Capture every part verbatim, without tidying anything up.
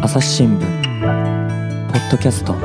朝日新聞ポッドキャスト。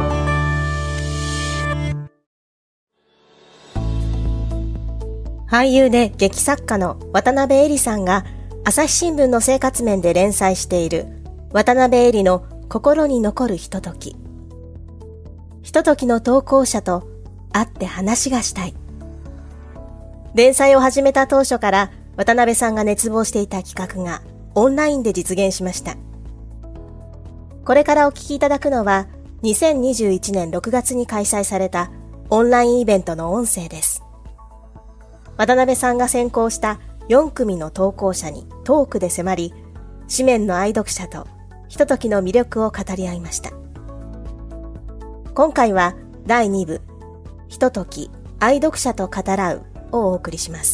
俳優で劇作家の渡辺えりさんが朝日新聞の生活面で連載している渡辺えりの心に残るひととき。ひとときの投稿者と会って話がしたい。連載を始めた当初から渡辺さんが熱望していた企画がオンラインで実現しました。これからお聞きいただくのはにせんにじゅういちねんろくがつに開催されたオンラインイベントの音声です。渡辺さんが選考したよんくみの投稿者にトークで迫り、紙面の愛読者とひとときの魅力を語り合いました。今回はだいにぶ、ひととき愛読者と語らうをお送りします。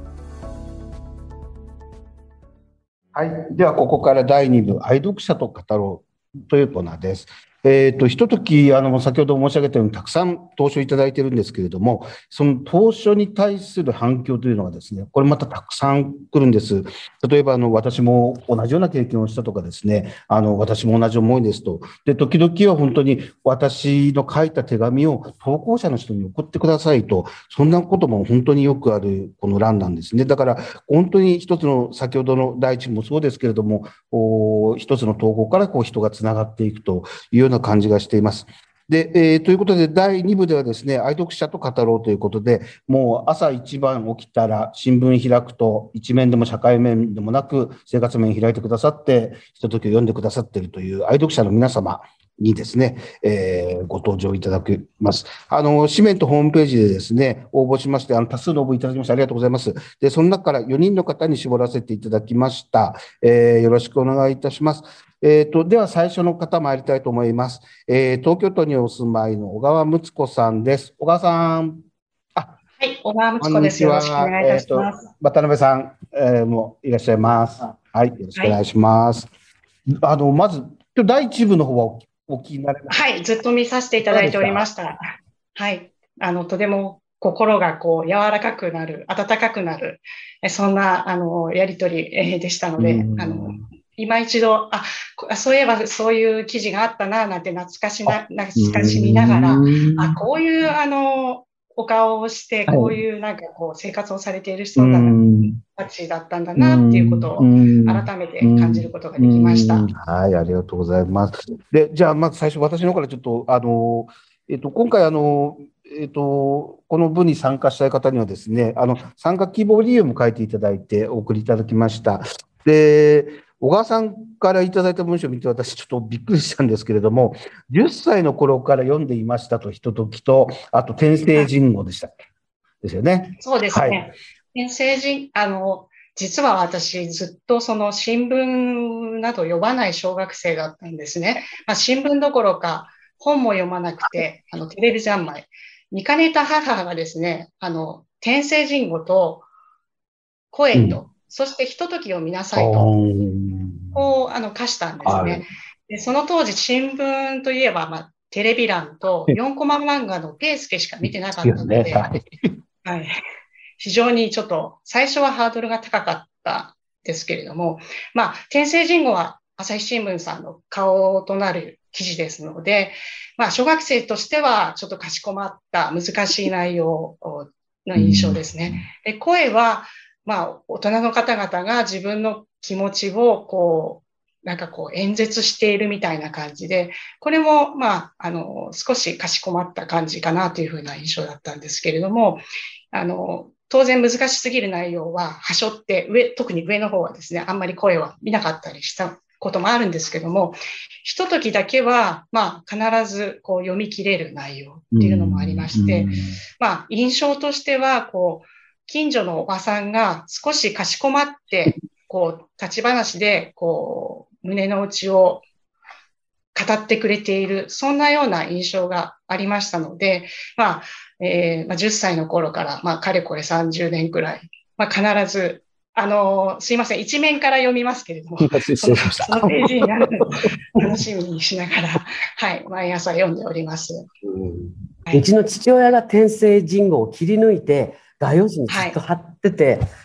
はい、ではここからだいにぶ、愛読者と語ろうというコーナーです。えーと、ひととき、あの、先ほど申し上げたように、たくさん投書いただいているんですけれども、その投書に対する反響というのがですね、これまたたくさん来るんです。例えば、あの、私も同じような経験をしたとかですね、あの、私も同じ思いですと。で、時々は本当に私の書いた手紙を投稿者の人に送ってくださいと、そんなことも本当によくあるこの欄なんですね。だから、本当に一つの、先ほどの第一もそうですけれども、一つの投稿からこう人がつながっていくというような感じがしています。で、えー、ということで、だいにぶではですね、愛読者と語ろうということで、もう朝一番起きたら新聞開くと、一面でも社会面でもなく、生活面開いてくださって、ひとときを読んでくださっているという愛読者の皆様にですね、えー、ご登場いただきます。あの、紙面とホームページでですね、応募しまして、あの、多数の応募いただきましてありがとうございます。で、その中からよにんの方に絞らせていただきました。えー、よろしくお願いいたします。えーと、では最初の方参りたいと思います。えー、東京都にお住まいの小川睦子さんです。小川さん。 あ、はい、小川睦子です。よろしくお願いいたします。 えー、渡辺さん、えー、もいらっしゃいます。はい、よろしくお願いします。はい、あの、まず、だいいちぶの方はお聞きになれました？ はい、ずっと見させていただいておりました。はい、あの、とても心がこう柔らかくなる、温かくなる、そんなあのやりとりでしたので、あの今一度、あ、そういえばそういう記事があったな、なんて懐かしな、懐かしみながら、あ、こういうあのお顔をして、こういうなんかこう生活をされている人たちだったんだなっていうことを改めて感じることができました。 はい、ありがとうございます。で、じゃあまず最初私の方からちょっとあのえっと今回あのえっとこの部に参加したい方にはですね、あの参加希望理由も書いていただいてお送りいただきました。で、小川さんからいただいた文章を見て私ちょっとびっくりしたんですけれども、じゅっさいの頃から読んでいましたと、ひとときと、あと天聖人語でしたっけ？ですよね。 そうですね。はい、天聖人、あの、実は私ずっとその新聞など読まない小学生だったんですね。まあ、新聞どころか本も読まなくて、あのテレビ三昧。見かねた母がですね、あの、天聖人語と声と、うん、そしてひとときを見なさいと、こう、あの、課したんですね。で、その当時、新聞といえば、まあ、テレビ欄とよんコマ漫画のペースケしか見てなかったので、はい、非常にちょっと、最初はハードルが高かったですけれども、まあ、天聖人語は朝日新聞さんの顔となる記事ですので、まあ、小学生としてはちょっとかしこまった難しい内容の印象ですね。で、声は、まあ、大人の方々が自分の気持ちを、こう、なんかこう演説しているみたいな感じで、これも、まあ、あの、少しかしこまった感じかなというふうな印象だったんですけれども、あの、当然難しすぎる内容は、はしょって上、特に上の方はですね、あんまり声は見なかったりしたこともあるんですけども、ひとときだけは、まあ、必ずこう読み切れる内容っていうのもありまして、まあ、印象としては、こう、近所のおばさんが少しかしこまって、こう、立ち話で、こう、胸の内を語ってくれている、そんなような印象がありましたので、まあ、えーまあ、じゅっさいの頃から、まあ、かれこれさんじゅうねんくらい、まあ、必ず、あのー、すいません、一面から読みますけれども、その、そのページになるのを楽しみにしながら、はい、毎朝読んでおります。 はい、うちの父親が天聖人語を切り抜いて、画用紙にずっと貼ってて、はい、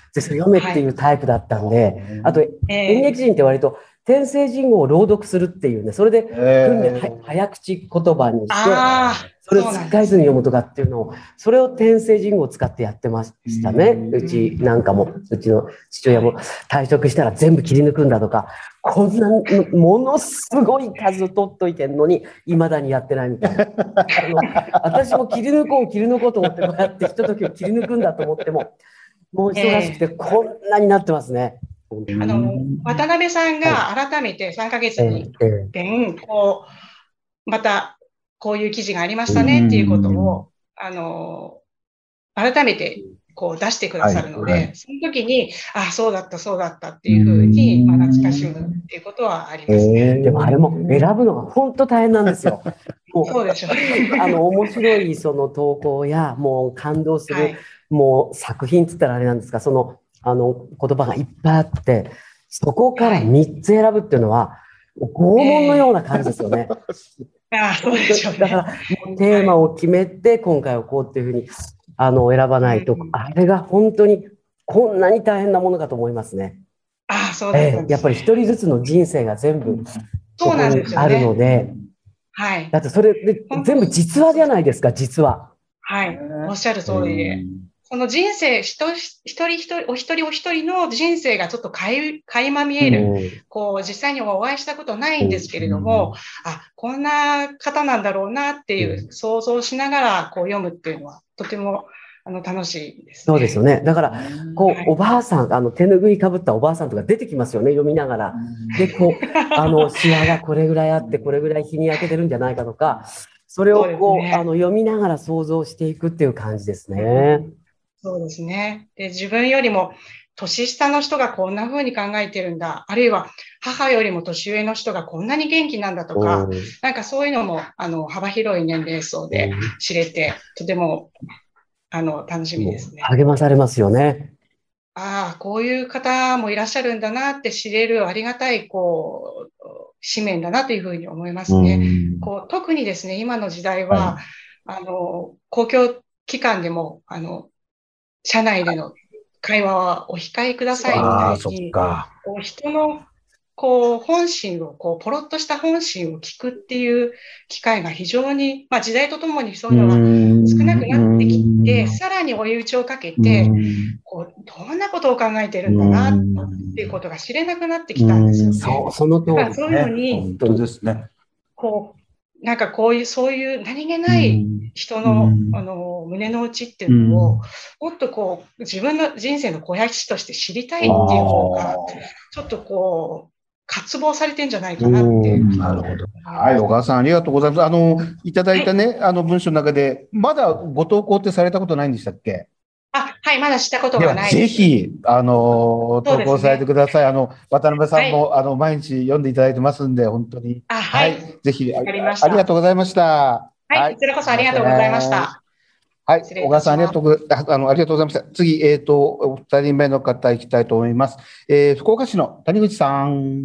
で、それ読めっていうタイプだったんで、あと、演劇人って割と、天聖人語を朗読するっていうね、それで訓練、は早口言葉にして、それをつっかえずに読むとかっていうのを、それを天聖人語を使ってやってましたね。うちなんかも、うちの父親も退職したら全部切り抜くんだとか、こんなものすごい数取っといてんのに、未だにやってないみたいな。あの私も切り抜こう、切り抜こうと思って、こうやってひとときを切り抜くんだと思っても、もう忙しくてこんなになってますね。 あの、渡辺さんが改めてさんかげつに一遍、こう、またこういう記事がありましたねっていうことを、あの、改めてこう出してくださるので、はいはい、その時に、あ、そうだった、そうだったっていうふうに、まあ、懐かしむっていうことはありますね。 でもあれも選ぶのが本当大変なんですよ。もうそうでしょうね。 あの、面白いその投稿や、もう感動する、はい、もう作品って言ったらあれなんですか、その、あの、言葉がいっぱいあって、そこからみっつ選ぶっていうのは、拷問のような感じですよね。 えー、ああ、そうでしょうね。 だから、もうテーマを決めて、今回はこうっていうふうに、あの、選ばないと、うん、あれが本当に、こんなに大変なものかと思いますね。 ああ、そうだったんですね。 えー、やっぱり一人ずつの人生が全部、そこにあるので、 はい。 だってそれで、全部実話じゃないですか、実話。 はい。おっしゃる通りで。その人生、一人一人、お一人お一人の人生がちょっと垣間見える、うん、こう、実際にお会いしたことないんですけれども、うん、あ、こんな方なんだろうなっていう、想像しながらこう読むっていうのは、とても、あの、楽しいですね。 そうですよね。だから、こう、はい、おばあさん、あの、手ぬぐいかぶったおばあさんとか出てきますよね、読みながら。で、こう、あの、シワがこれぐらいあって、これぐらい日に焼けてるんじゃないかとか、それをこう、ね、あの、読みながら想像していくっていう感じですね。 そうですね。で、自分よりも年下の人がこんな風に考えてるんだ。あるいは母よりも年上の人がこんなに元気なんだとか、なんかそういうのも、あの、幅広い年齢層で知れて、とても、あの、楽しみですね。 励まされますよね。 ああ、こういう方もいらっしゃるんだなって知れるありがたい、こう、紙面だなというふうに思いますね。こう特にですね、今の時代は、はい、あの、公共機関でも、あの、社内での会話はお控えくださいみたいに、こう人のこう本心を、こうポロッとした本心を聞くっていう機会が非常に、まあ時代とともにそういうのが少なくなってきて、さらに追い打ちをかけて、こうどんなことを考えてるんだなっていうことが知れなくなってきたんですよね。 そう、その通りですね。 そういうのに、 本当ですね。 こう、なんかこういう、そういう何気ない人の、あの、胸の内っていうのを、もっとこう、自分の人生の肥やしとして知りたいっていう方が、ちょっとこう、渇望されてんじゃないかなって。 なるほど。はい、小川さんありがとうございます。あの、いただいたね、はい、あの文章の中で、まだご投稿ってされたことないんでしたっけ？ あ、はい、まだしたことがないです。 ぜひ、あの、投稿されてください。ね、あの、渡辺さんも、はい、あの、毎日読んでいただいてますんで、本当に。 あ、はい。はい、 ぜひあ、 ありがとうございました。 はい、はい、こちらこそありがとうございました。 はい、小川さんありがとうございました。あの、ありがとうございました。次、えっと、お二人目の方行きたいと思います。えー、福岡市の谷口さん。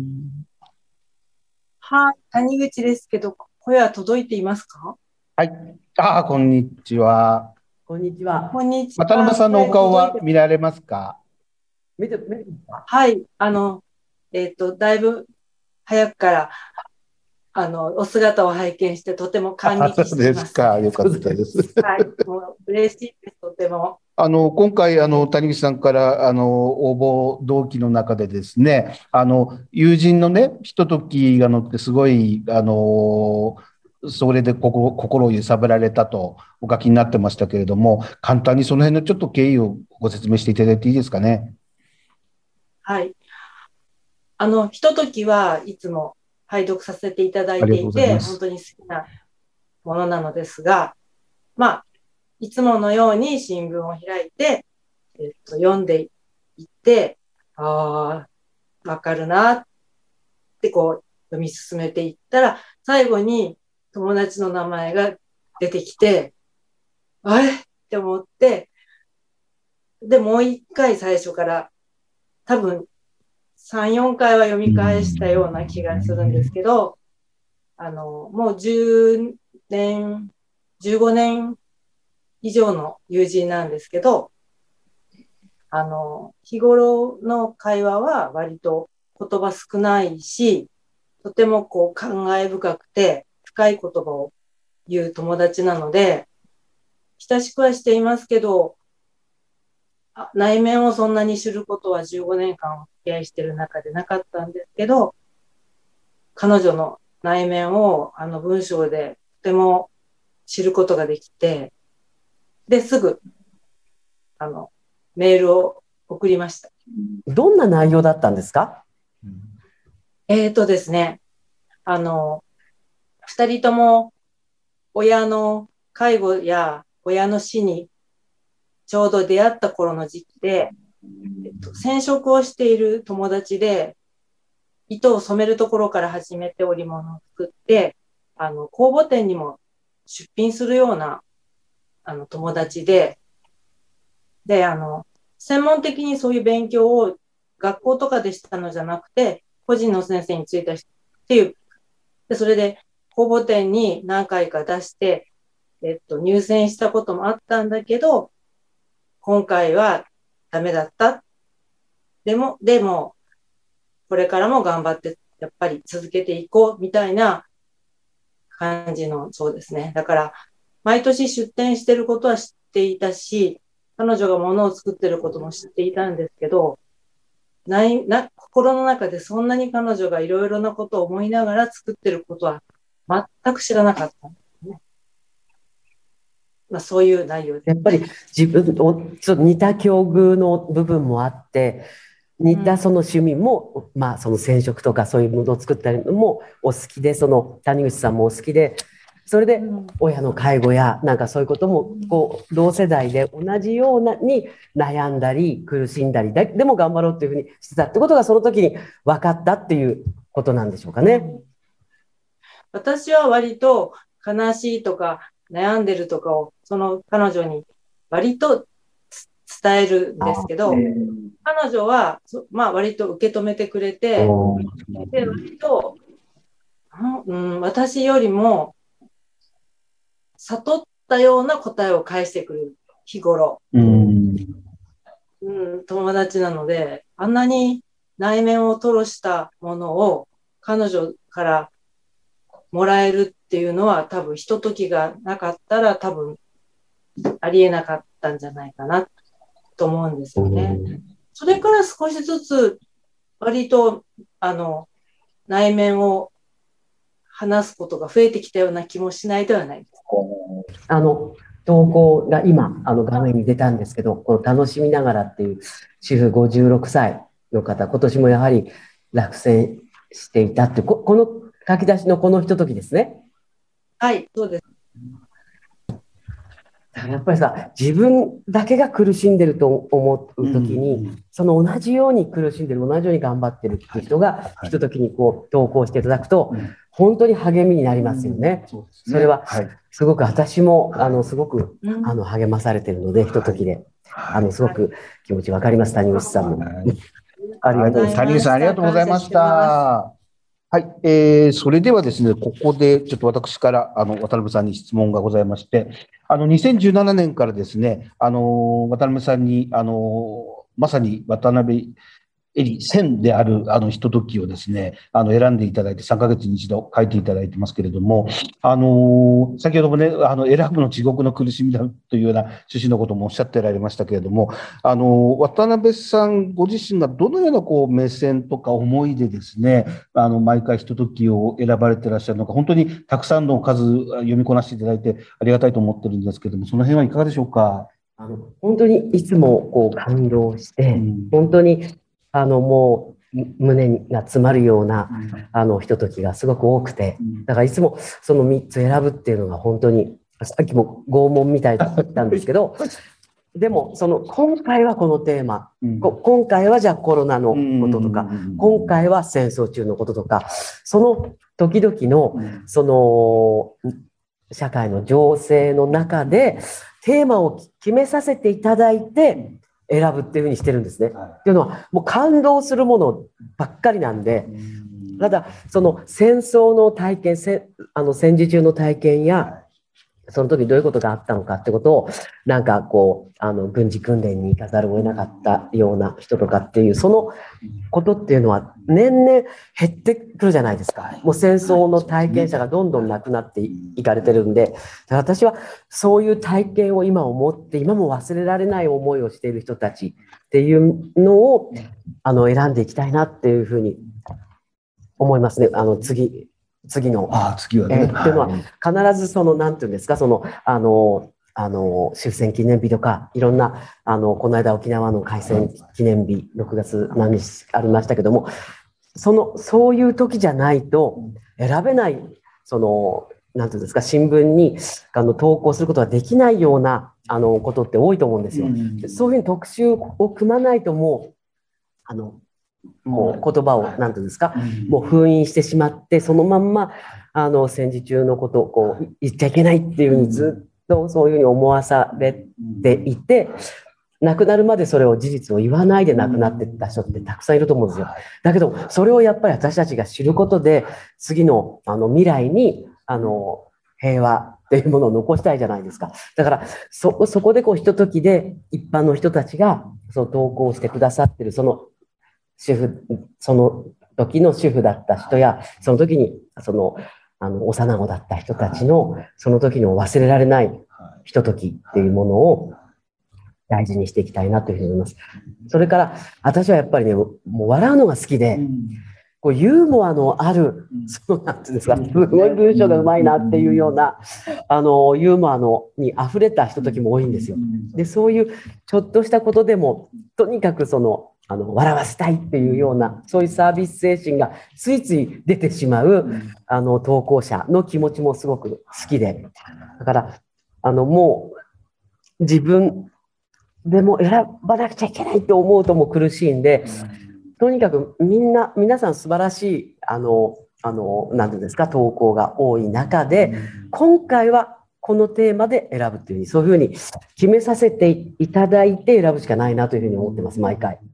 はい、谷口ですけど、声は届いていますか？ はい。あ、こんにちは。 こんにちは。 こんにちは。 渡辺さんのお顔は見られますか？ 見て、見てはい。あの、えっと、だいぶ早くから、あの、お姿を拝見して、とても感激しています。 そうですか。よかったです。 はい。もう嬉しいです。とても。 あの、今回、あの、谷口さんから、あの、応募動機の中でですね、あの、友人のね、ひとときが載って、すごい、あの、それで心、心を揺さぶられたとお書きになってましたけれども、簡単にその辺のちょっと経緯をご説明していただいていいですかね。 はい。あの、ひとときはいつも拝読させていただいていて、本当に好きなものなのですが、まあ、いつものように新聞を開いて、えっと、読んでいって、ああ、わかるなってこう、読み進めていったら、最後に友達の名前が出てきて、あれって思って、で、もう一回最初から、多分、さん、よんかいは読み返したような気がするんですけど、あの、もうじゅうねん、じゅうごねん以上の友人なんですけど、 あの、日頃の会話は割と言葉少ないし、とてもこう感慨深くて深い言葉を言う友達なので、親しくはしていますけど、内面をそんなに知ることはじゅうごねんかんお付き合いしてる中でなかったんですけど、彼女の内面をあの文章でとても知ることができて、で、すぐ、あの、メールを送りました。 どんな内容だったんですか？ えーとですね、あの、二人とも親の介護や親の死にちょうど出会った頃の時期で、えっと、染色をしている友達で、糸を染めるところから始めて織物を作って、あの、公募展にも出品するような、あの、友達で、で、あの、専門的にそういう勉強を学校とかでしたのじゃなくて、個人の先生についたっていう、で、それで公募展に何回か出して、えっと、入選したこともあったんだけど、今回はダメだった。でも、でも、これからも頑張って、やっぱり続けていこう、みたいな感じの、そうですね。だから、毎年出展してることは知っていたし、彼女が物を作ってることも知っていたんですけど、ないな心の中でそんなに彼女がいろいろなことを思いながら作ってることは全く知らなかったんですね。まあ、そういう内容で。 やっぱり自分とちょっと似た境遇の部分もあって、似たその趣味も、うん、まあその染色とかそういうものを作ったりもお好きで、その谷口さんもお好きで、それで親の介護やなんかそういうこともこう同世代で同じようなに悩んだり苦しんだりだでも頑張ろうっていうふうにしてたってことがその時に分かったっていうことなんでしょうかね。 私は割と悲しいとか悩んでるとかをその彼女に割と伝えるんですけど、彼女はまあ割と受け止めてくれて、で割と、うん、私よりも悟ったような答えを返してくる日頃、うんうん、友達なので、あんなに内面を吐露したものを彼女からもらえるっていうのは多分ひとときがなかったら多分ありえなかったんじゃないかなと思うんですよね。それから少しずつ割とあの内面を話すことが増えてきたような気もしないではないです。 あの投稿が今あの画面に出たんですけど、この楽しみながらっていう主婦ごじゅうろくさいの方、今年もやはり落選していたって、こ, この書き出しのこのひとときですね。 はい、そうです。 やっぱりさ、自分だけが苦しんでると思うときに、うん、その同じように苦しんでる、同じように頑張ってるっていう人がひとときにこう投稿していただくと、うん、本当に励みになりますよね。うん、そうですね。それはすごく私も、はい、あのすごく、うん、あの励まされてるので、ひとときで、はい、あのすごく気持ちわかります、谷口さんも。はい、 ありがとうございます。谷口さんありがとうございました。はい、えー、それではですね、ここでちょっと私からあの渡辺さんに質問がございまして、あのにせんじゅうななねんからですね、あの渡辺さんにあのまさに渡辺エリ線であるあのひとときをですね、あの選んでいただいてさんかげつに一度書いていただいてますけれども、あの先ほどもね、あの選ぶの地獄の苦しみだというような趣旨のこともおっしゃってられましたけれども、あの渡辺さんご自身がどのようなこう目線とか思いでですね、あの毎回ひとときを選ばれていらっしゃるのか、本当にたくさんの数読みこなしていただいてありがたいと思ってるんですけれども、その辺はいかがでしょうか。 あの本当にいつもこう感動して、うん、本当にあのもう胸が詰まるような、うん、あのひとときがすごく多くて、だからいつもそのみっつ選ぶっていうのが本当にさっきも拷問みたいだったんですけどでもその今回はこのテーマ、うん、今回はじゃあコロナのこととか、うん、今回は戦争中のこととか、その時々のその社会の情勢の中でテーマを決めさせていただいて選ぶっていうふうにしてるんですね。はい、っていうのはもう感動するものばっかりなんで、ただその戦争の体験、あの戦時中の体験やその時どういうことがあったのかってことを、なんかこう、あの、軍事訓練に行かざるを得なかったような人とかっていう、そのことっていうのは年々減ってくるじゃないですか。もう戦争の体験者がどんどんなくなっていかれてるんで、私はそういう体験を今思って、今も忘れられない思いをしている人たちっていうのを、あの、選んでいきたいなっていうふうに思いますね。あの、次。次の。 ああ、次はね。 えー、っていうのは、必ずその、なんていうんですか、その、あの、あの、終戦記念日とか、いろんな、あの、この間沖縄の開戦記念日、ろくがつ何日ありましたけども、その、そういう時じゃないと選べない、その、なんていうんですか、新聞に、あの、投稿することができないような、あの、ことって多いと思うんですよ。うん、そういうふうに特集を組まないともう、あの、もう言葉を、なんていうんですか、もう封印してしまって、そのまんま、あの、戦時中のことをこう、言っちゃいけないっていうふうにずっとそういうふうに思わされていて、亡くなるまでそれを事実を言わないで亡くなっていった人ってたくさんいると思うんですよ。だけど、それをやっぱり私たちが知ることで、次の、あの、未来に、あの、平和っていうものを残したいじゃないですか。だから、そ、そこでこう、ひとときで一般の人たちが、その投稿してくださってる、その、主婦、その時の主婦だった人や、その時に、その、あの、幼子だった人たちの、その時の忘れられないひとときっていうものを大事にしていきたいなというふうに思います。それから、私はやっぱりね、もう笑うのが好きで、こうユーモアのある、その、なんていうんですか、すごい文章がうまいなっていうような、あの、ユーモアのに溢れたひとときも多いんですよ。で、そういうちょっとしたことでも、とにかくその、あの、笑わせたいっていうような、そういうサービス精神がついつい出てしまう、あの、投稿者の気持ちもすごく好きで。だから、あの、もう、自分でも選ばなくちゃいけないと思うとも苦しいんで、とにかくみんな、皆さん素晴らしい、あの、あの、なんていうんですか、投稿が多い中で、今回はこのテーマで選ぶっていうふうに、そういうふうに決めさせていただいて選ぶしかないなというふうに思ってます、毎回。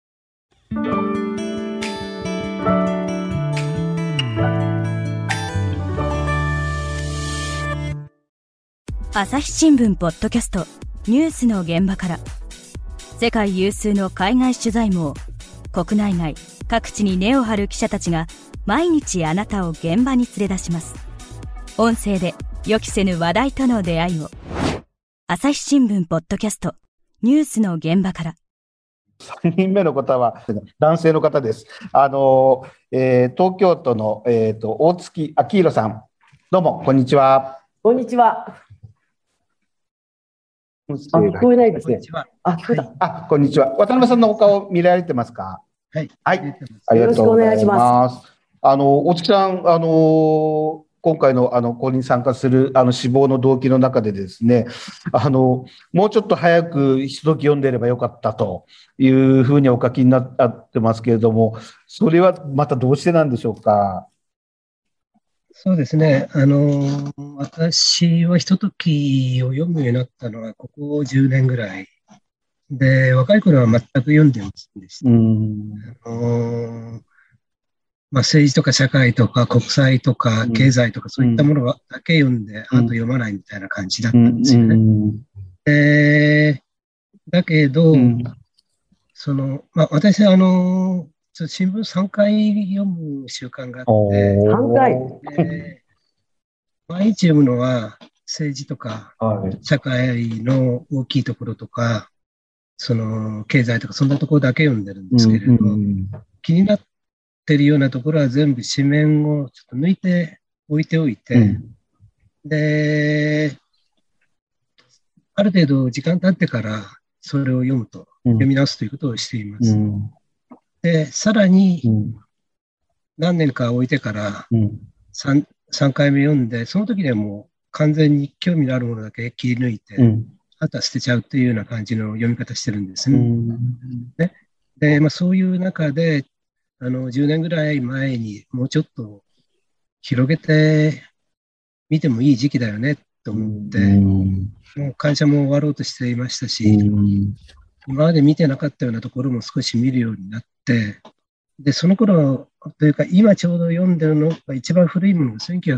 朝日新聞ポッドキャストニュースの現場から、世界有数の海外取材網、国内外各地に根を張る記者たちが毎日あなたを現場に連れ出します。音声で予期せぬ話題との出会いを。朝日新聞ポッドキャストニュースの現場から。 さんにんめの方は男性の方です。あの、えー、東京都の、えー、と大月明弘さん、どうもこんにちは。 こんにちは。あ、聞こえないですね。あ、聞こえた。 あ、こんにちは。渡辺さんのお顔見られてますか？ はい。 はい。ありがとうございます。あの、大月さん、あの、今回のあの講に参加するあの死亡の動機の中でですね、あの、もうちょっと早くひととき読んでいればよかったというふうにお書きになってますけれども、それはまたどうしてなんでしょうか？ そうですね。あの、私はひとときを読むようになったのはここじゅうねんぐらい。で、若い頃は全く読んでませんでした。うんあのまあ、政治とか社会とか国際とか経済とかそういったものだけ読んで、うん、あと読まないみたいな感じだったんですよね。うんでだけど、うん、その、まあ、私はあの、ちょっと新聞さんかい読む習慣があって、 さんかいで毎日読むのは政治とか社会の大きいところとか、その経済とかそんなところだけ読んでるんですけれど、うん、気になってるようなところは全部紙面をちょっと抜いて置いておいて、うん、で、ある程度時間経ってからそれを読むと、うん、読み直すということをしています。うんで、さらに何年か置いてから 3, 3回目読んで、その時でもう完全に興味のあるものだけ切り抜いて、うん、あとは捨てちゃうというような感じの読み方してるんですね。うん、でで、まあ、そういう中であのじゅうねんぐらい前にもうちょっと広げてみてもいい時期だよねと思って、うん、もう会社も終わろうとしていましたし、うん今まで見てなかったようなところも少し見るようになって、で、その頃というか、今ちょうど読んでるのが一番古いものがせんきゅうひゃくは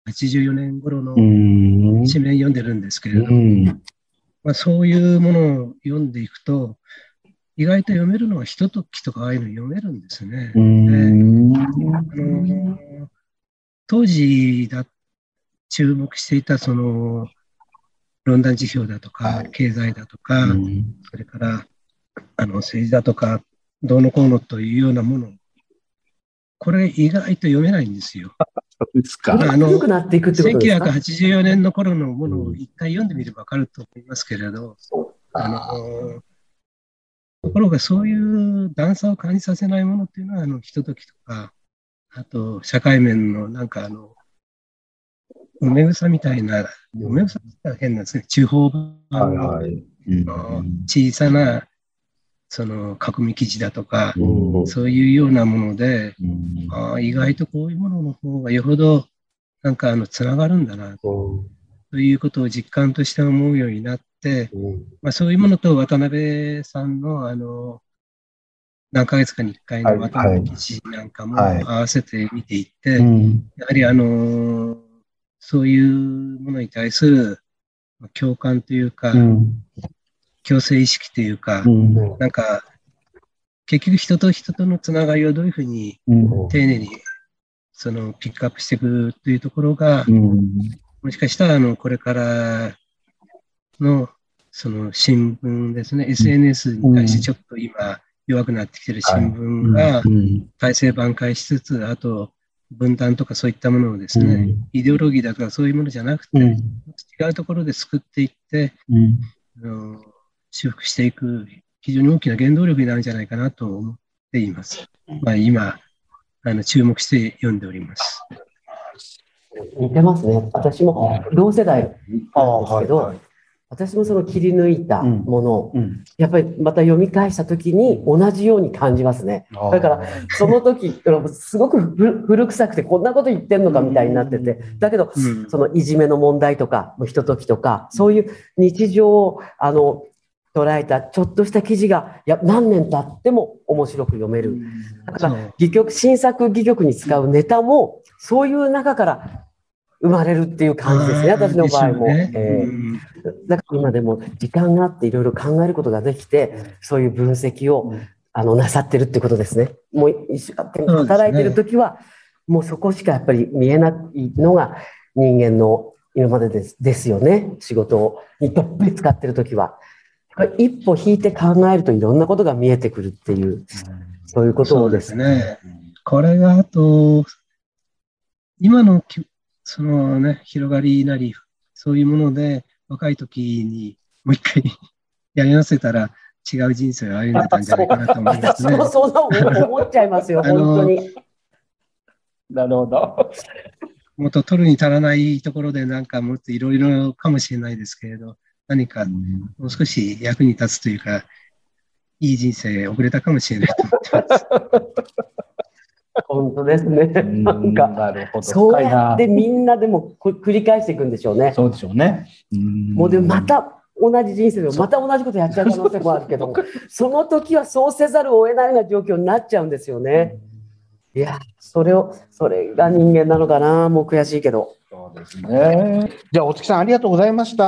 ちじゅうよねん頃の紙面読んでるんですけれど、まあ、そういうものを読んでいくと、意外と読めるのはひとときとかああいうの読めるんですね。であの当時だ注目していたそのロンダン辞表だとか、経済だとか、それからあの政治だとか、どうのこうのというようなもの、これ意外と読めないんですよ。 そうですか。 あの、せんきゅうひゃくはちじゅうよねんの頃のものを一回読んでみればわかると思いますけれど、あの、ところがそういう段差を感じさせないものっていうのは、あの、ひとときとか、あと、社会面のなんかあの、梅草みたいな、梅草って言ったら変なんですね、地方版の小さな、その、囲み記事だとか、うん、そういうようなもので、うん、あ意外とこういうものの方がよほど、なんかあの、つながるんだな、ということを実感として思うようになって、うん、まあ、そういうものと渡辺さんの、あの、何ヶ月かに一回の渡辺記事なんかも合わせて見ていって、はいはい、やはりあの、そういうものに対する共感というか、うん共生意識というか、うん、なんか、結局人と人とのつながりをどういうふうに丁寧にそのピックアップしていくというところが、うん、もしかしたらあのこれからのその新聞ですね、エスエヌエス に対してちょっと今弱くなってきている新聞が体制挽回しつつ、あと分断とかそういったものをですね、うん、イデオロギーだとかそういうものじゃなくて、うん、違うところで救っていって、うんあの修復していく非常に大きな原動力になるんじゃないかなと思っています。まあ、今あの注目して読んでおります。 似てますね。私も同世代なんですけど、はいはい、私もその切り抜いたものを、うんうん、やっぱりまた読み返したときに同じように感じますね。だからその時すごく古臭くてこんなこと言ってんのかみたいになってて、だけど、うん、そのいじめの問題とかひとときとかそういう日常をあの捉えたちょっとした記事がや何年経っても面白く読める。だから戯曲新作戯曲に使うネタもそういう中から生まれるっていう感じですね、私の場合も。ねえー、だから今でも時間があっていろいろ考えることができて、そういう分析をあのなさってるってことですね。もう一生懸命働いてるときは、もうそこしかやっぱり見えないのが人間の今までです、ですよね。仕事にどっぷり使ってるときは。一歩引いて考えるといろんなことが見えてくるっていう、うん、そういうことをですね。 そうですね。これがあと、今のそのね、広がりなり、そういうもので、若い時にもう一回やり直せたら違う人生を歩んでたんじゃないかなと思いますね。 私もそう思っちゃいますよ、本当に。 なるほど。 もっと取るに足らないところでなんかもっといろいろかもしれないですけれど、何かもう少し役に立つというか、いい人生送れたかもしれないと思ってます。 本当ですね。なんか、なるほど、そうやってみんなでも繰り返していくんでしょうね。 そうでしょうね。 うんもうでまた同じ人生でまた同じことやっちゃう可能性もあるけど、その時はそうせざるを得ないような状況になっちゃうんですよね。いや、それを、それが人間なのかな。もう悔しいけど。 そうですね。じゃあ、お月さんありがとうございました。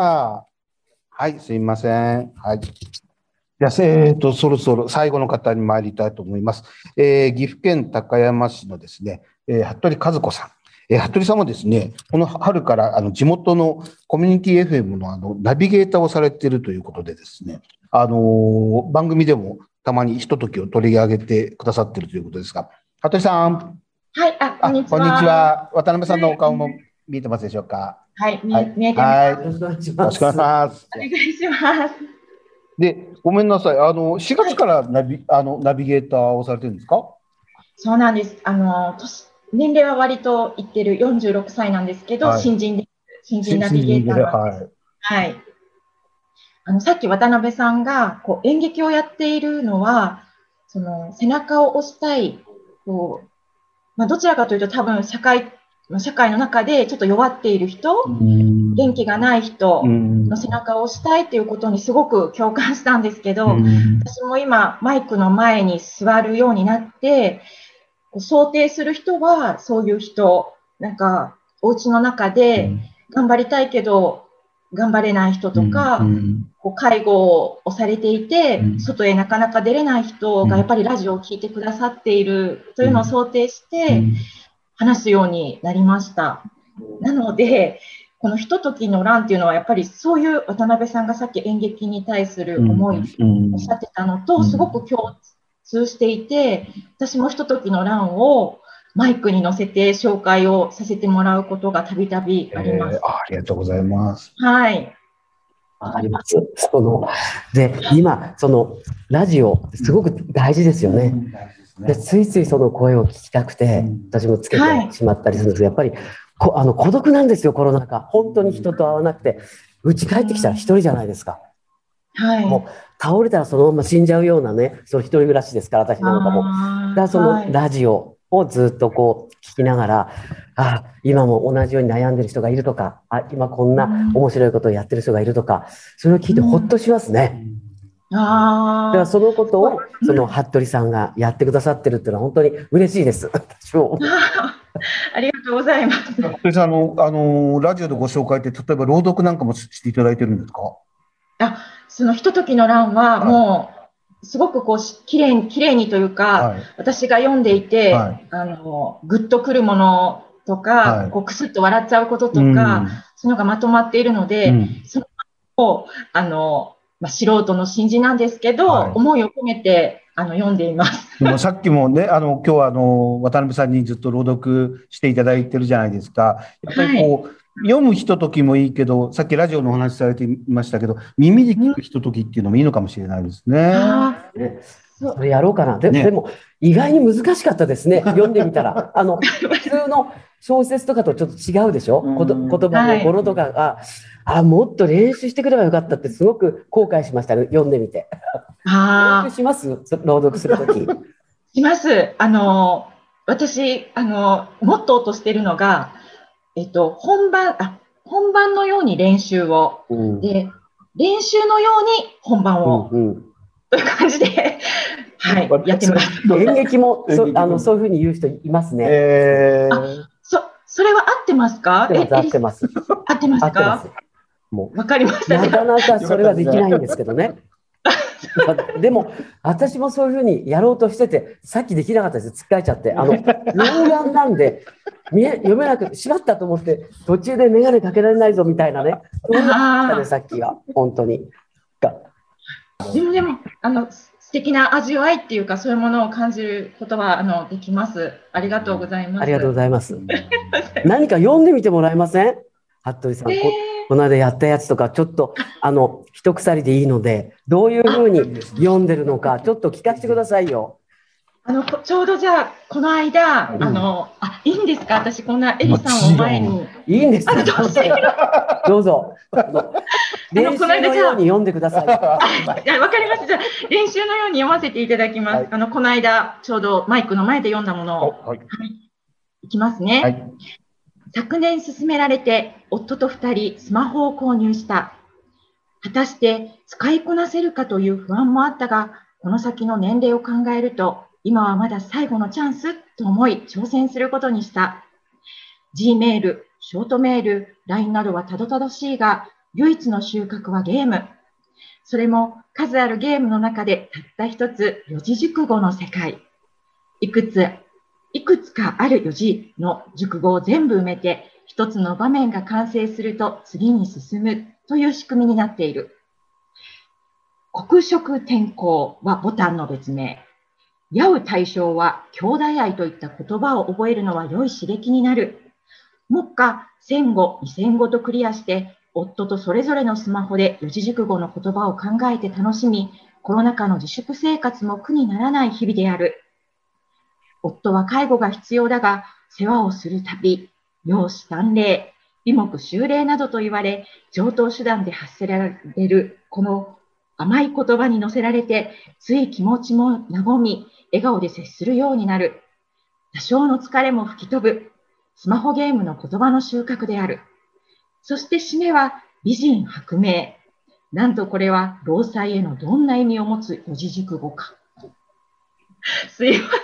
はい、すいません。はい。じゃあ、えーと、そろそろ最後の方に参りたいと思います。えー、岐阜県高山市のですね、えー、服部和子さん。えー、服部さんもですね、この春からあの地元のコミュニティ エフエム のあのナビゲーターをされているということでですね、あのー、番組でもたまにひとときを取り上げてくださっているということですが、服部さん。 はい、あ、こんにちは。 こんにちは。渡辺さんのお顔も見えてますでしょうか。 はい、見えてます。 よろしくお願いします。お願いします。 で、ごめんなさい。あの、しがつからナビ、はい、あの、ナビゲーターをされてるんですか？ そうなんです。あの、年齢は割といってるよんじゅうろくさいなんですけど、はい、新人で、新人ナビゲーターなんです。はい。はい。あの、さっき渡辺さんが、こう、演劇をやっているのは、その、背中を押したい、こう、まあ、どちらかというと多分社会、社会の中でちょっと弱っている人、元気がない人の背中を押したいということにすごく共感したんですけど、私も今マイクの前に座るようになって、想定する人はそういう人、なんかお家の中で頑張りたいけど頑張れない人とか、うんうん、こう介護をされていて、うん、外へなかなか出れない人がやっぱりラジオを聞いてくださっているというのを想定して話すようになりました。なので、このひとときの欄っていうのはやっぱりそういう渡辺さんがさっき演劇に対する思いをおっしゃってたのとすごく共通していて、私もひとときの欄をマイクに乗せて紹介をさせてもらうことがたびたびあります、えーあ。 ありがとうございます。 はい。 わかります。その、で、今、その、ラジオ、すごく大事ですよね。うん、で、ついついその声を聞きたくて、私もつけてしまったりするんですけど、やっぱり、こあの孤独なんですよ、コロナ禍。本当に人と会わなくて、家帰ってきたら一人じゃないですか。 はい。 もう、倒れたらそのまま死んじゃうようなね、その一人暮らしですから、私なんかも。だからそのラジオ、をずっとこう聞きながら、あ、今も同じように悩んでる人がいるとか、あ、今こんな面白いことをやってる人がいるとか、それを聞いてほっとしますね。 うん、ああ。 だからそのことを、その服部さんがやってくださってるっていうのは本当に嬉しいです。私も。 ありがとうございます。 服部さん、あの、あの、ラジオでご紹介って、例えば朗読なんかもしていただいてるんですか？ あ、そのひとときの欄はもう、はいすごくこう、きれいに、きれいにというか、はい、私が読んでいて、はい、あの、ぐっとくるものとか、はい、こう、くすっと笑っちゃうこととか、うん、そういうのがまとまっているので、うん、そのを、あの、まあ、素人の新人なんですけど、はい、思いを込めて、あの、読んでいます。 もうさっきもね、あの、今日はあの、渡辺さんにずっと朗読していただいてるじゃないですか。やっぱりこう、はい読むひとときもいいけど、さっきラジオのお話されていましたけど、耳で聞くひとときっていうのもいいのかもしれないですね。 ねそれやろうかな。で, ね、でも、意外に難しかったですね。読んでみたら。あの、普通の小説とかとちょっと違うでしょ、うん、言葉の語呂とかが、はい、あ、もっと練習してくればよかったってすごく後悔しましたね。読んでみて。 あ練習します朗読するとき。 します。あの、私、あの、モットーとしてるのが、えっと、本番、あ、本番のように練習を、うん、で、練習のように本番を、うんうん、という感じで、はい、やってます。 演劇もそあのそういうふうに言う人いますね。 えー、 あ、そ、それは合ってますか？ 合ってます。 合ってますか？もうわかりました。 なかなかそれはできないんですけどね。でも、私もそういうふうにやろうとしてて、さっきできなかったです。つっかえちゃって。あの、老眼なんで、見え、読めなく、しまったと思って、途中で眼鏡かけられないぞみたいなね。そうだったね、さっきが。本当に。 でもでも、あの、素敵な味わいっていうか、そういうものを感じることは、あの、できます。ありがとうございます。 ありがとうございます。何か読んでみてもらえません？服部さん。えーこの間やったやつとか、ちょっと、あの、一鎖でいいので、どういうふうに読んでるのか、ちょっと聞かせてくださいよ。 あの、ちょうどじゃあ、この間、うん、あの、あ、いいんですか？私、こんなエリさんを前に。 いいんですか？どうぞ。練習のように読んでください。わかりました。じゃあ、練習のように読ませていただきます。はい、あの、この間、ちょうどマイクの前で読んだものを。はい。いきますね。はい。昨年勧められて夫と二人スマホを購入した。果たして使いこなせるかという不安もあったが、この先の年齢を考えると、今はまだ最後のチャンスと思い挑戦することにした。Gmail、ショートメール、ライン などはたどたどしいが、唯一の収穫はゲーム。それも数あるゲームの中でたった一つ四字熟語の世界。いくついくつかある四字の熟語を全部埋めて、一つの場面が完成すると次に進むという仕組みになっている。黒色転校はボタンの別名。矢う対象は兄弟愛といった言葉を覚えるのは良い刺激になる。目下せんご、にせんごとクリアして、夫とそれぞれのスマホで四字熟語の言葉を考えて楽しみ、コロナ禍の自粛生活も苦にならない日々である。夫は介護が必要だが、世話をするたび、容姿端麗、美目秀麗などと言われ、常套手段で発せられる、この甘い言葉に乗せられて、つい気持ちも和み、笑顔で接するようになる。多少の疲れも吹き飛ぶ。スマホゲームの言葉の収穫である。そして締めは、美人薄命。なんとこれは、労災へのどんな意味を持つ四字熟語か。すいません。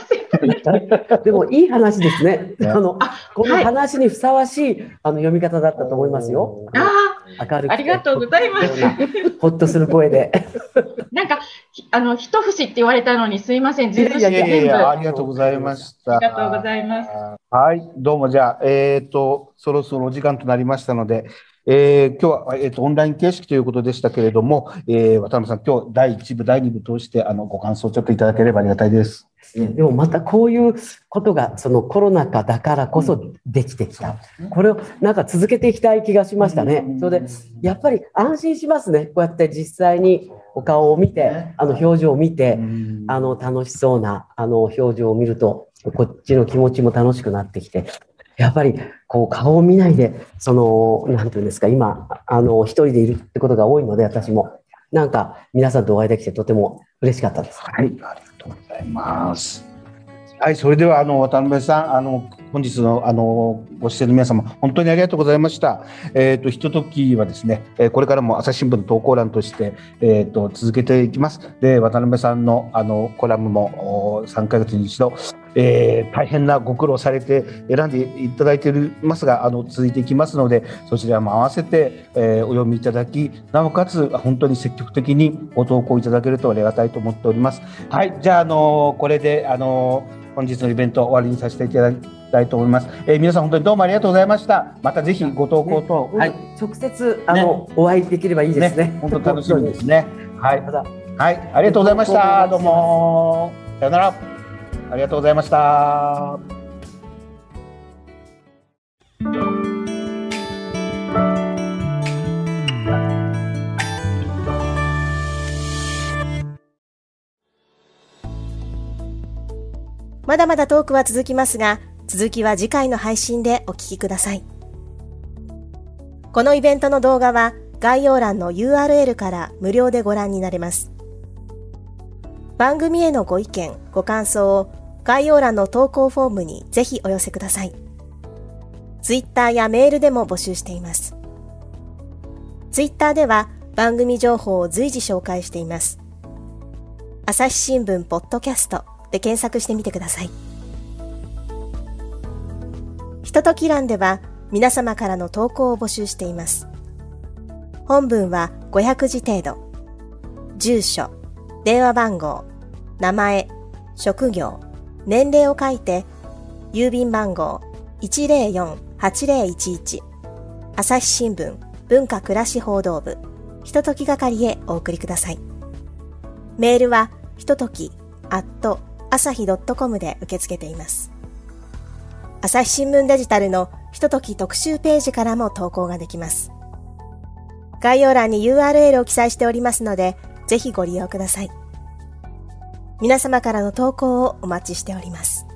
でもいい話ですね。あの、この話にふさわしい、あの読み方だったと思いますよ。 ああ、明るくありがとうございます。 ほっとする声で。 なんか、あの、一節って言われたのにすいません。全部いやいやいや、ありがとうございました。 ありがとうございます。 はい、どうもじゃあ、えっと、そろそろお時間となりましたので、えー、今日は、えーと、オンライン形式ということでしたけれども、えー、渡辺さん、今日だいいち部、だいに部通して、あの、ご感想をちょっといただければありがたいです。 でもまたこういうことが、そのコロナ禍だからこそできてきた。うん、これをなんか続けていきたい気がしましたね。それで、やっぱり安心しますね。こうやって実際にお顔を見て、あの表情を見て、あの楽しそうなあの表情を見ると、こっちの気持ちも楽しくなってきて、やっぱりこう顔を見ないで、その、なんていうんですか、今、あの、一人でいるってことが多いので、私も。なんか、皆さんとお会いできてとても嬉しかったです。 はい、ありがとうございます。はい、それでは、あの、渡辺さん、あの、本日の、あの、ご出演の皆様、本当にありがとうございました。えっと、ひとときはですね、これからも朝日新聞の投稿欄として、えっと、続けていきます。で、渡辺さんの、あの、コラムもさんかげつに一度、えー、大変なご苦労されて選んでいただいていますが、あの、続いていきますので、そちらも合わせて、えー、お読みいただき、なおかつ、本当に積極的にご投稿いただけるとありがたいと思っております。はい、じゃあ、あの、これで、あの、本日のイベントを終わりにさせていただきたいと思います。えー、皆さん本当にどうもありがとうございました。またぜひご投稿と、 ね、はい、直接あの、ね、お会いできればいいですね。ね、 本当楽しみですね。はい、はい、ありがとうございました。どうもさよなら。ありがとうございました。 まだまだトークは続きますが、続きは次回の配信でお聞きください。このイベントの動画は概要欄の ユーアールエル から無料でご覧になれます。番組へのご意見、ご感想を概要欄の投稿フォームにぜひお寄せください。ツイッターやメールでも募集しています。ツイッターでは番組情報を随時紹介しています。朝日新聞ポッドキャストで検索してみてください。ひととき欄では皆様からの投稿を募集しています。本文はごひゃくじ程度。住所、電話番号、名前、職業、年齢を書いて、郵便番号 いちぜろよんはちぜろいちいち 朝日新聞文化暮らし報道部ひととき係へお送りください。メールはひとときアット朝日ドットコムで受け付けています。朝日新聞デジタルのひととき特集ページからも投稿ができます。概要欄に ユーアールエル を記載しておりますので、ぜひご利用ください。皆様からの投稿をお待ちしております。